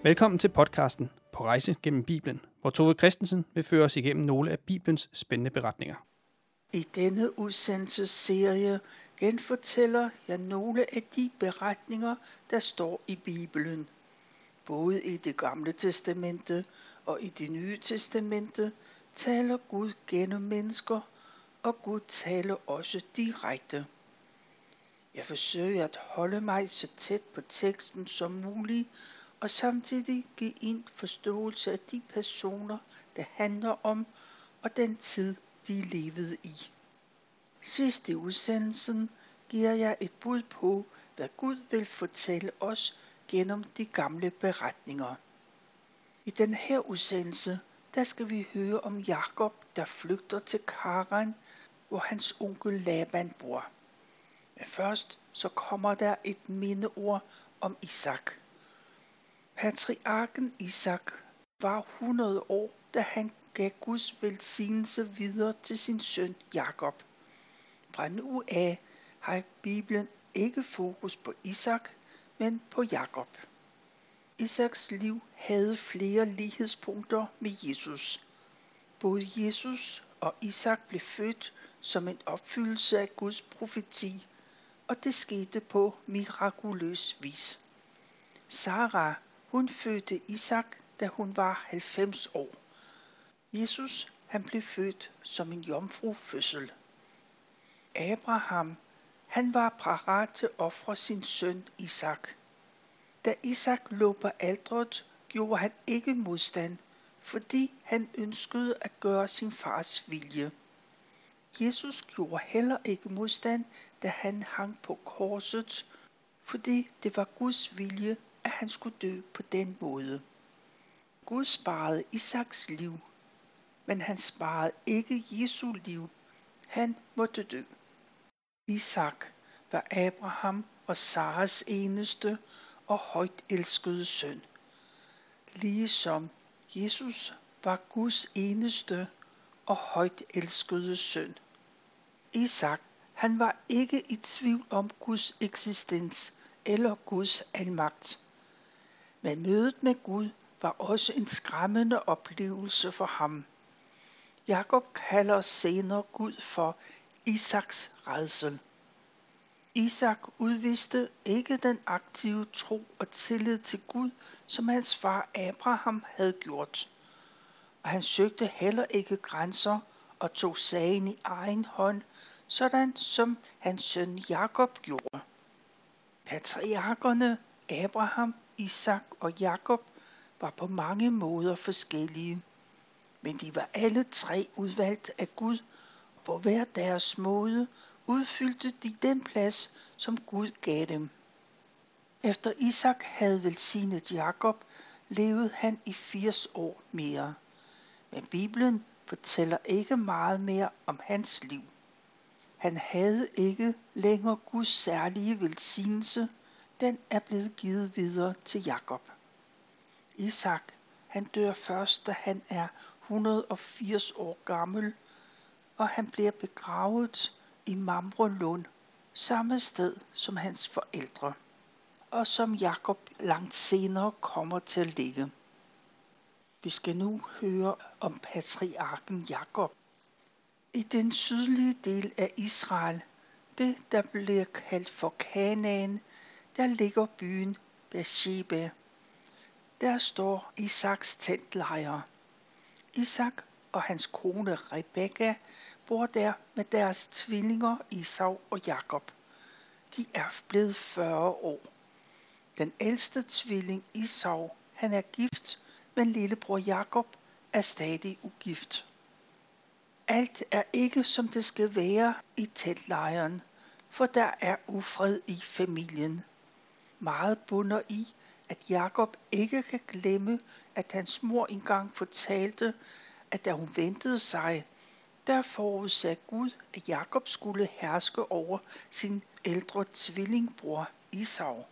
Velkommen til podcasten På rejse gennem Bibelen, hvor Tove Christensen vil føre os igennem nogle af Bibelens spændende beretninger. I denne udsendelsesserie genfortæller jeg nogle af de beretninger, der står i Bibelen. Både i Det Gamle Testamente og i Det Nye Testamente taler Gud gennem mennesker, og Gud taler også direkte. Jeg forsøger at holde mig så tæt på teksten som muligt, og samtidig give en forståelse af de personer, det handler om, og den tid, de levede i. Sidst i udsendelsen giver jeg et bud på, hvad Gud vil fortælle os gennem de gamle beretninger. I den her udsendelse, der skal vi høre om Jakob, der flygter til Karan, hvor hans onkel Laban bor. Men først så kommer der et mindeord om Isak. Patriarken Isak var 100 år, da han gav Guds velsignelse videre til sin søn Jakob. Fra nu af har Bibelen ikke fokus på Isak, men på Jakob. Isaks liv havde flere lighedspunkter med Jesus. Både Jesus og Isak blev født som en opfyldelse af Guds profeti, og det skete på mirakuløs vis. Sara, hun fødte Isak, da hun var 90 år. Jesus, han blev født som en jomfrufødsel. Abraham, han var parat til at ofre sin søn Isak. Da Isak lå på alteret, gjorde han ikke modstand, fordi han ønskede at gøre sin fars vilje. Jesus gjorde heller ikke modstand, da han hang på korset, fordi det var Guds vilje, at han skulle dø på den måde. Gud sparede Isaks liv, men han sparede ikke Jesu liv. Han måtte dø. Isak var Abraham og Saras eneste og højt elskede søn. Ligesom Jesus var Guds eneste og højt elskede søn. Isak, han var ikke i tvivl om Guds eksistens eller Guds almagt. Men mødet med Gud var også en skræmmende oplevelse for ham. Jakob kalder senere Gud for Isaks rædsel. Isak udviste ikke den aktive tro og tillid til Gud, som hans far Abraham havde gjort. Og han søgte heller ikke grænser og tog sagen i egen hånd, sådan som hans søn Jakob gjorde. Patriarkerne Abraham, Isak og Jakob var på mange måder forskellige, men de var alle tre udvalgt af Gud, og på hver deres måde udfyldte de den plads, som Gud gav dem. Efter Isak havde velsignet Jakob, levede han i 80 år mere, men Bibelen fortæller ikke meget mere om hans liv. Han havde ikke længere Guds særlige velsignelse, den er blevet givet videre til Jakob. Isak, han dør først, da han er 180 år gammel, og han bliver begravet i Mamre Lund, samme sted som hans forældre, og som Jakob langt senere kommer til at ligge. Vi skal nu høre om patriarken Jakob. I den sydlige del af Israel, det der bliver kaldt for Kanaan, der ligger byen Beersheba. Der står Isaks teltlejr. Isak og hans kone Rebekka bor der med deres tvillinger Esau og Jakob. De er blevet 40 år. Den ældste tvilling Esau, han er gift, men lillebror Jakob er stadig ugift. Alt er ikke som det skal være i teltlejren, for der er ufred i familien. Meget bunder i, at Jakob ikke kan glemme, at hans mor engang fortalte, at da hun ventede sig, der forudsagde Gud, at Jakob skulle herske over sin ældre tvillingbror Esau.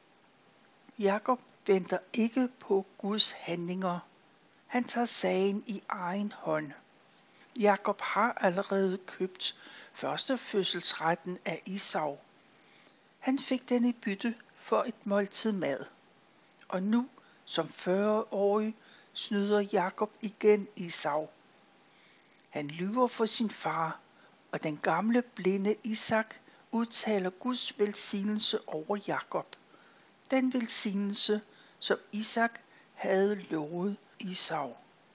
Jakob venter ikke på Guds handlinger. Han tager sagen i egen hånd. Jakob har allerede købt førstefødselsretten af Esau. Han fik den i bytte for et måltid mad. Og nu som 40-årig snyder Jakob igen Esau. Han lyver for sin far, og den gamle blinde Isak udtaler Guds velsignelse over Jakob. Den velsignelse, som Isak havde lovet Esau.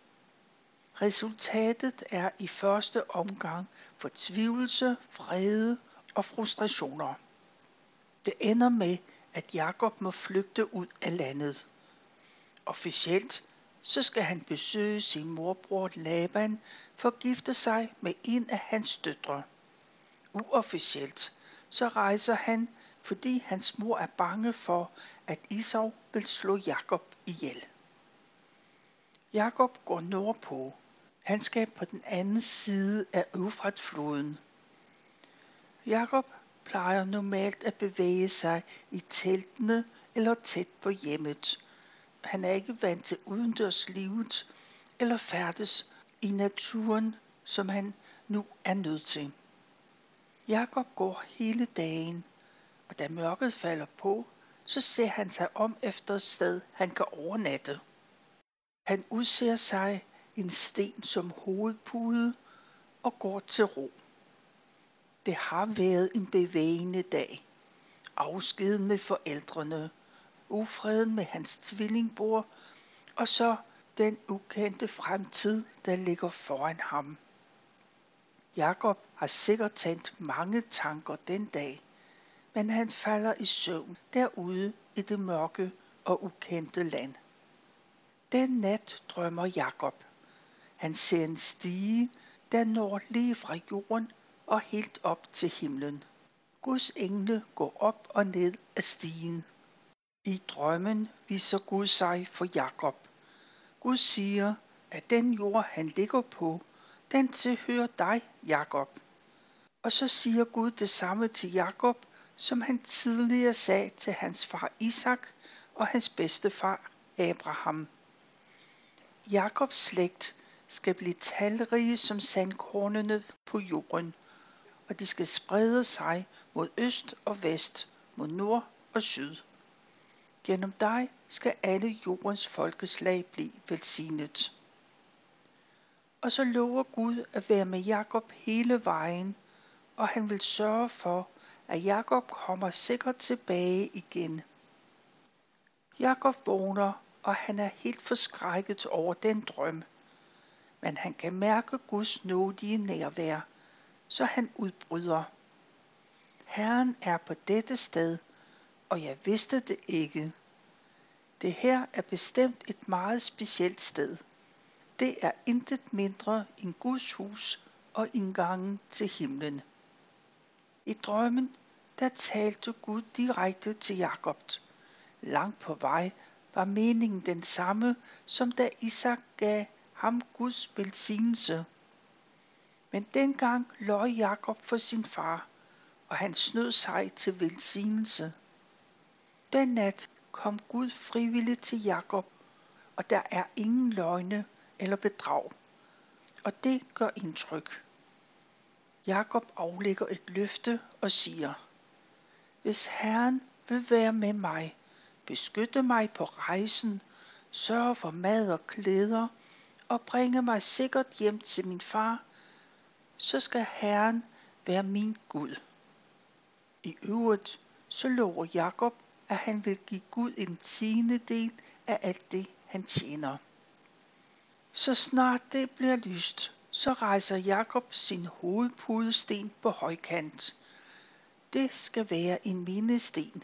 Resultatet er i første omgang fortvivlelse, vrede og frustrationer. Det ender med, at Jakob må flygte ud af landet. Officielt så skal han besøge sin morbror Laban for at gifte sig med en af hans døtre. Uofficielt så rejser han, fordi hans mor er bange for, at Esau vil slå Jakob ihjel. Jakob går nordpå. Han skal på den anden side af Eufratfloden. Jakob plejer normalt at bevæge sig i teltene eller tæt på hjemmet. Han er ikke vant til udendørslivet eller færdes i naturen, som han nu er nødt til. Jakob går hele dagen, og da mørket falder på, så ser han sig om efter et sted, han kan overnatte. Han udser sig en sten som hovedpude og går til ro. Det har været en bevægende dag. Afskeden med forældrene, ufreden med hans tvillingbror, og så den ukendte fremtid, der ligger foran ham. Jakob har sikkert tænkt mange tanker den dag, men han falder i søvn derude i det mørke og ukendte land. Den nat drømmer Jakob. Han ser en stige, der når lige fra jorden og helt op til himlen. Guds engle går op og ned ad stigen. I drømmen viser Gud sig for Jakob. Gud siger, at den jord, han ligger på, den tilhører dig, Jakob. Og så siger Gud det samme til Jakob, som han tidligere sagde til hans far Isak og hans bedstefar Abraham. Jakobs slægt skal blive talrige som sandkornene på jorden, og de skal sprede sig mod øst og vest, mod nord og syd. Gennem dig skal alle jordens folkeslag blive velsignet. Og så lover Gud at være med Jakob hele vejen, og han vil sørge for, at Jakob kommer sikkert tilbage igen. Jakob vågner, og han er helt forskrækket over den drøm. Men han kan mærke Guds nådige nærvær, så han udbryder. Herren er på dette sted, og jeg vidste det ikke. Det her er bestemt et meget specielt sted. Det er intet mindre end Guds hus og indgangen til himlen. I drømmen, der talte Gud direkte til Jakob. Langt på vej var meningen den samme, som da Isak gav ham Guds velsignelse. Men dengang løj Jakob for sin far, og han snød sig til velsignelse. Den nat kom Gud frivilligt til Jakob, og der er ingen løgne eller bedrag, og det gør indtryk. Jakob aflægger et løfte og siger: Hvis Herren vil være med mig, beskytte mig på rejsen, sørge for mad og klæder og bringe mig sikkert hjem til min far, så skal Herren være min Gud. I øvrigt så lover Jakob, at han vil give Gud en tiendedel af alt det, han tjener. Så snart det bliver lyst, så rejser Jakob sin hovedpudesten på højkant. Det skal være en mindesten.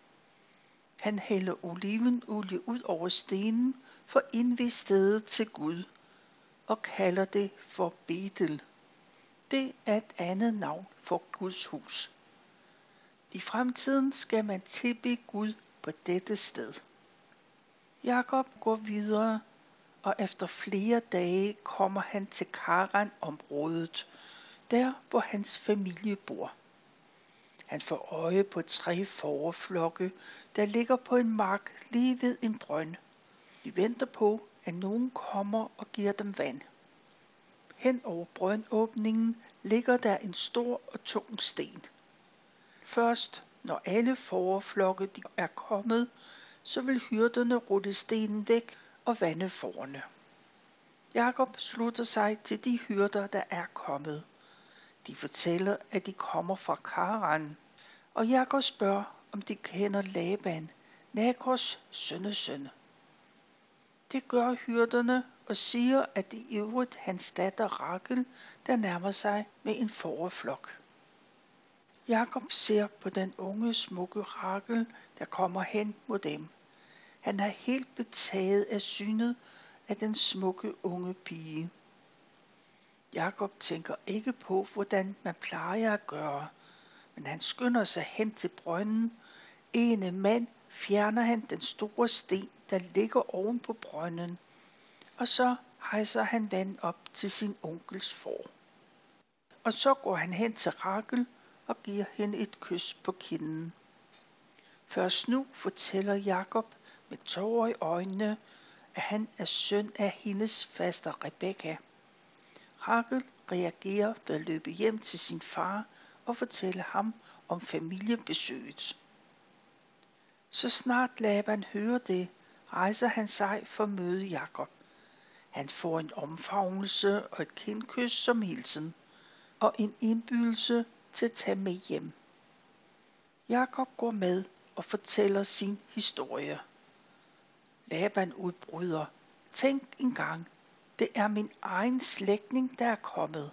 Han hælder olivenolie ud over stenen for at indvie stedet til Gud, og kalder det for Betel. Det er et andet navn for Guds hus. I fremtiden skal man tilbede Gud på dette sted. Jakob går videre, og efter flere dage kommer han til Karan-området, der hvor hans familie bor. Han får øje på 3 fåreflokke, der ligger på en mark lige ved en brønd. De venter på, at nogen kommer og giver dem vand. Hen over brøndåbningen ligger der en stor og tung sten. Først, når alle fåreflokke er kommet, så vil hyrderne rulle stenen væk og vande fårene. Jakob slutter sig til de hyrder, der er kommet. De fortæller, at de kommer fra Karan, og Jakob spørger, om de kender Laban, Nakors sønnesøn. Det gør hyrderne og siger, at det i øvrigt hans datter Rachel, der nærmer sig med en fåreflok. Jakob ser på den unge, smukke Rachel, der kommer hen mod dem. Han er helt betaget af synet af den smukke unge pige. Jakob tænker ikke på, hvordan man plejer at gøre, men han skynder sig hen til brønden. Ene mand fjerner han den store sten, der ligger oven på brønden, og så hejser han vand op til sin onkels får. Og så går han hen til Rachel og giver hende et kys på kinden. Først nu fortæller Jakob med tårer i øjnene, at han er søn af hendes faster Rebekka. Rachel reagerer ved at løbe hjem til sin far og fortælle ham om familiebesøget. Så snart Laban hører det, rejser han sig for at møde Jakob. Han får en omfavnelse og et kindkys som hilsen, og en indbydelse til at tage med hjem. Jakob går med og fortæller sin historie. Laban udbryder: "Tænk engang, det er min egen slægtning, der er kommet."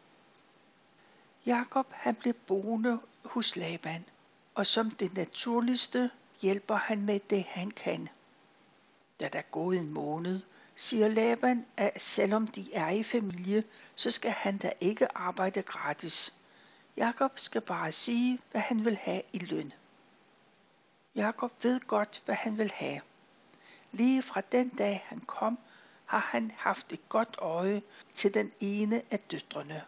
Jakob han blev boende hos Laban, og som det naturligste hjælper han med det han kan. Da der er gået en måned, siger Laban, at selvom de er i familie, så skal han da ikke arbejde gratis. Jakob skal bare sige, hvad han vil have i løn. Jakob ved godt, hvad han vil have. Lige fra den dag han kom, har han haft et godt øje til den ene af døtrene.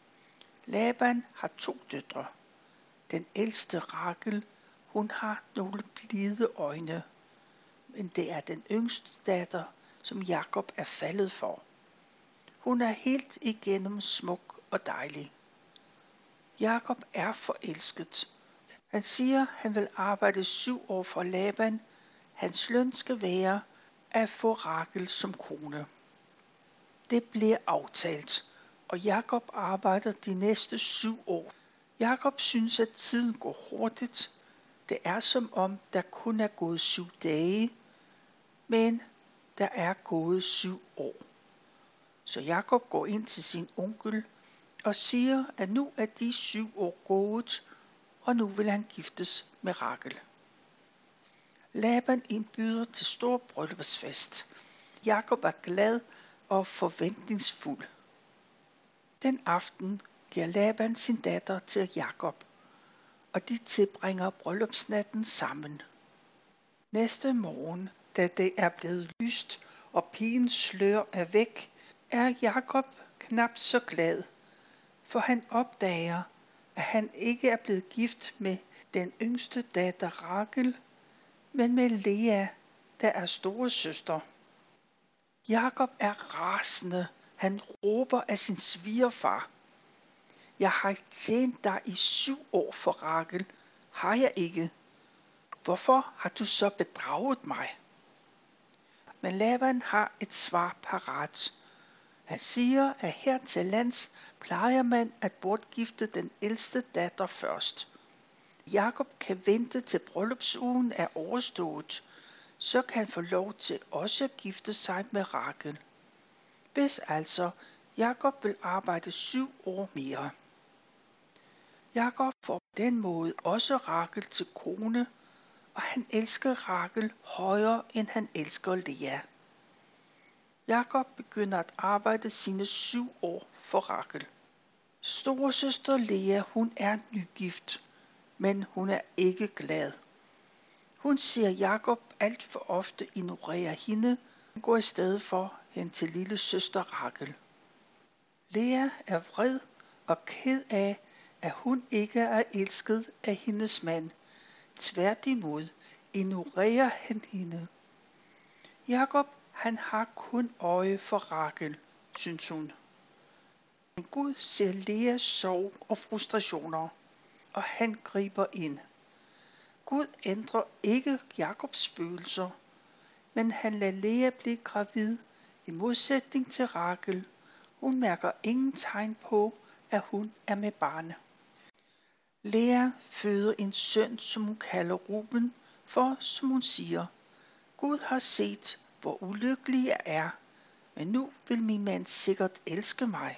Laban har 2 døtre. Den ældste Rachel, hun har nogle blide øjne, men det er den yngste datter, som Jakob er faldet for. Hun er helt igennem smuk og dejlig. Jakob er forelsket. Han siger, han vil arbejde 7 år for Laban. Hans løn skal være at få Rachel som kone. Det bliver aftalt, og Jakob arbejder de næste 7 år. Jakob synes, at tiden går hurtigt. Det er som om, der kun er gået 7 dage, men der er gået 7 år. Så Jakob går ind til sin onkel og siger, at nu er de 7 år gået, og nu vil han giftes med Rachel. Laban indbyder til stor bryllupsfest. Jakob er glad og forventningsfuld. Den aften giver Laban sin datter til Jakob, og de tilbringer bryllupsnatten sammen. Næste morgen, da det er blevet lyst, og pigens slør er væk, er Jakob knap så glad, for han opdager, at han ikke er blevet gift med den yngste datter Rachel, men med Lea, der er store søster. Jakob er rasende. Han råber af sin svigerfar: "Jeg har tjent dig i 7 år for Rachel, har jeg ikke? Hvorfor har du så bedraget mig?" Men Laban har et svar parat. Han siger, at her til lands plejer man at bortgifte den ældste datter først. Jakob kan vente til bryllupsugen er overstået, så kan han få lov til også at gifte sig med Rachel. Hvis altså Jakob vil arbejde 7 år mere. Jakob får på den måde også Rachel til kone, og han elsker Rachel højere end han elsker Lea. Jakob begynder at arbejde sine 7 år for Rachel. Storesøster Lea, hun er nygift, men hun er ikke glad. Hun ser Jakob alt for ofte ignorere hende, og går i stedet for hen til lille søster Rachel. Lea er vred og ked af, at hun ikke er elsket af hendes mand. Tværtimod ignorerer han hende. Jakob, han har kun øje for Rachel, synes hun. Men Gud ser Leas sorg og frustrationer, og han griber ind. Gud ændrer ikke Jakobs følelser, men han lader Lea blive gravid i modsætning til Rachel. Hun mærker ingen tegn på, at hun er med barnet. Lea føder en søn, som hun kalder Ruben, for som hun siger, Gud har set, hvor ulykkelig jeg er, men nu vil min mand sikkert elske mig.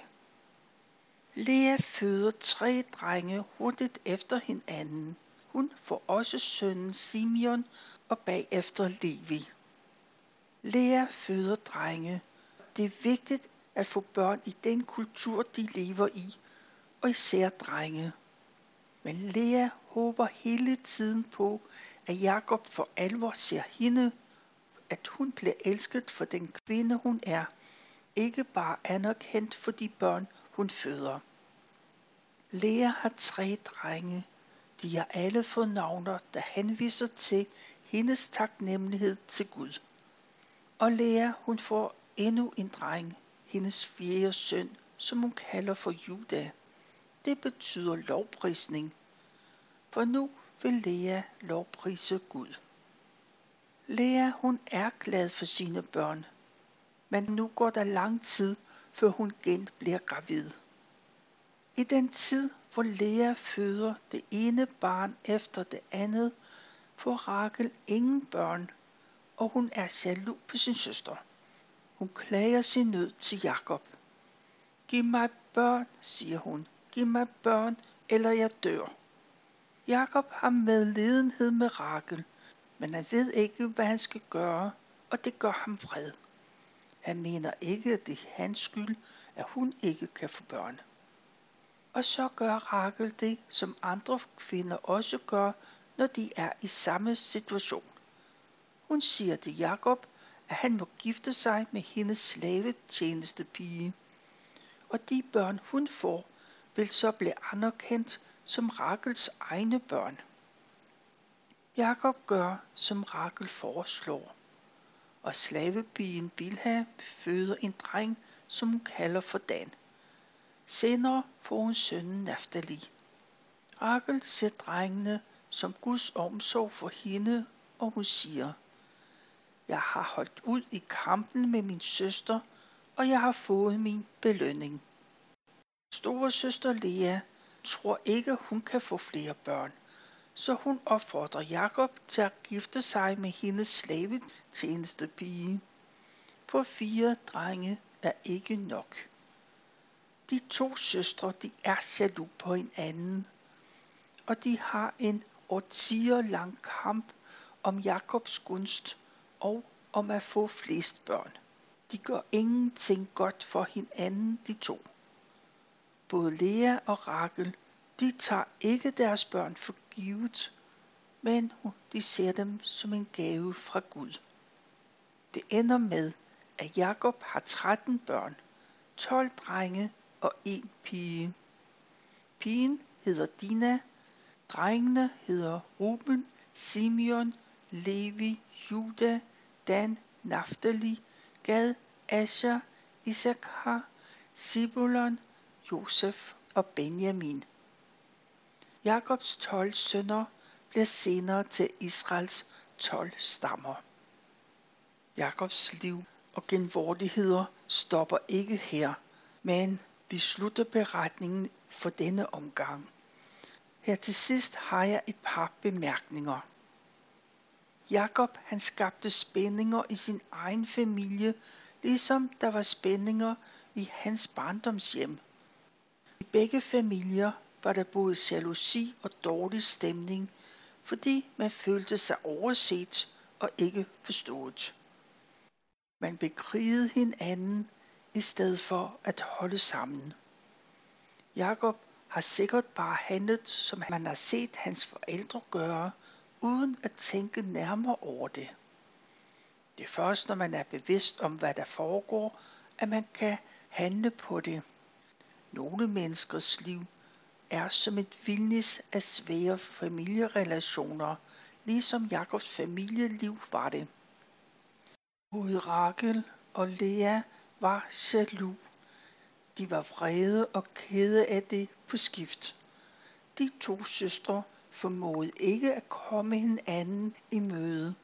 Lea føder 3 drenge hurtigt efter hinanden. Hun får også sønnen Simeon og bagefter Levi. Lea føder drenge. Det er vigtigt at få børn i den kultur, de lever i, og især drenge. Men Lea håber hele tiden på, at Jakob for alvor ser hende, at hun bliver elsket for den kvinde, hun er, ikke bare anerkendt for de børn, hun føder. Lea har 3 drenge. De har alle fået navner, der henviser til hendes taknemmelighed til Gud. Og Lea, hun får endnu en dreng, hendes 4. søn, som hun kalder for Juda. Det betyder lovprisning, for nu vil Lea lovprise Gud. Lea, hun er glad for sine børn, men nu går der lang tid, før hun igen bliver gravid. I den tid, hvor Lea føder det ene barn efter det andet, får Rachel ingen børn, og hun er jaloux på sin søster. Hun klager sin nød til Jakob. Giv mig børn, siger hun. Giv mig børn, eller jeg dør. Jakob har medlidenhed med Rachel, men han ved ikke, hvad han skal gøre, og det gør ham vred. Han mener ikke, at det er hans skyld, at hun ikke kan få børn. Og så gør Rachel det, som andre kvinder også gør, når de er i samme situation. Hun siger til Jakob, at han må gifte sig med hendes slavetjenestepige. Og de børn, hun får, vil så blive anerkendt som Rachels egne børn. Jakob gør, som Rachel foreslår, og slavepigen Bilha føder en dreng, som hun kalder for Dan. Senere får hun sønnen Naftali. Rachel ser drengene som Guds omsorg for hende, og hun siger, jeg har holdt ud i kampen med min søster, og jeg har fået min belønning. Store søster Lea tror ikke, hun kan få flere børn, så hun opfordrer Jakob til at gifte sig med hendes slavetjenestepige. For 4 drenge er ikke nok. De 2 søstre, de er jaloux på hinanden, og de har en årtier lang kamp om Jakobs gunst og om at få flest børn. De gør ingenting godt for hinanden, de 2. Både Lea og Rachel, de tager ikke deres børn for givet, men de ser dem som en gave fra Gud. Det ender med, at Jakob har 13 børn, 12 drenge og 1 pige. Pigen hedder Dina, drengene hedder Ruben, Simeon, Levi, Juda, Dan, Naftali, Gad, Asher, Issachar, Zebulon, Josef og Benjamin. Jakobs 12 sønner bliver senere til Israels 12 stammer. Jakobs liv og genvordigheder stopper ikke her, men vi slutter beretningen for denne omgang. Her til sidst har jeg et par bemærkninger. Jakob, han skabte spændinger i sin egen familie, ligesom der var spændinger i hans barndomshjem. I begge familier var der både jalousi og dårlig stemning, fordi man følte sig overset og ikke forstået. Man bekrigede hinanden i stedet for at holde sammen. Jakob har sikkert bare handlet, som man har set hans forældre gøre, uden at tænke nærmere over det. Det er først, når man er bevidst om, hvad der foregår, at man kan handle på det. Nogle menneskers liv er som et vildnis af svære familierelationer, ligesom Jakobs familieliv var det. Både Rachel og Lea var jaloux. De var vrede og kede af det på skift. De 2 søstre formåede ikke at komme hinanden i møde.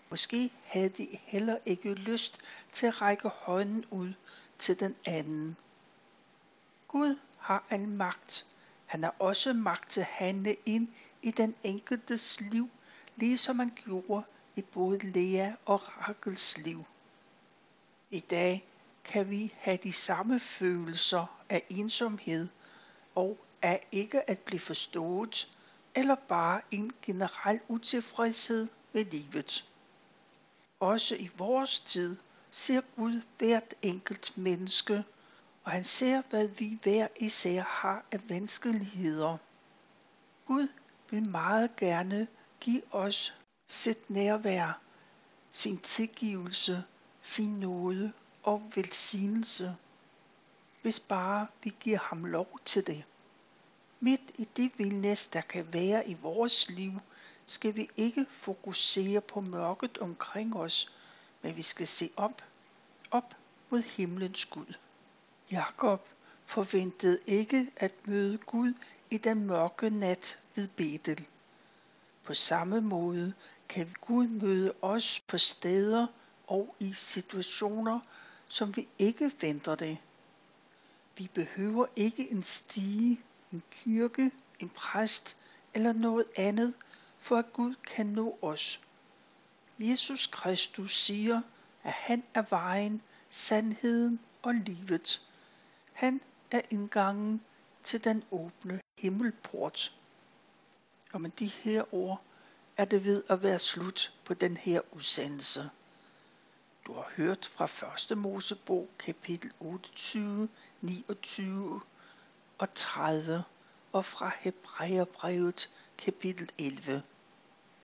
Måske havde de heller ikke lyst til at række hånden ud til den anden. Gud har al magt. Han har også magt til at handle ind i den enkeltes liv, ligesom han gjorde i både Lea og Rachels liv. I dag kan vi have de samme følelser af ensomhed og af ikke at blive forstået, eller bare en generel utilfredshed med livet. Også i vores tid ser Gud hvert enkelt menneske, og han ser, hvad vi hver især har af vanskeligheder. Gud vil meget gerne give os sit nærvær, sin tilgivelse, sin nåde og velsignelse, hvis bare vi giver ham lov til det. Midt i det vildnis, der kan være i vores liv, skal vi ikke fokusere på mørket omkring os, men vi skal se op mod himlens Gud. Jakob forventede ikke at møde Gud i den mørke nat ved Betel. På samme måde kan Gud møde os på steder og i situationer, som vi ikke venter det. Vi behøver ikke en stige, en kirke, en præst eller noget andet, for at Gud kan nå os. Jesus Kristus siger, at han er vejen, sandheden og livet. Han er indgangen til den åbne himmelport. Og med de her ord er det ved at være slut på den her udsendelse. Du har hørt fra 1. Mosebog kapitel 28, 29 og 30 og fra Hebræerbrevet kapitel 11.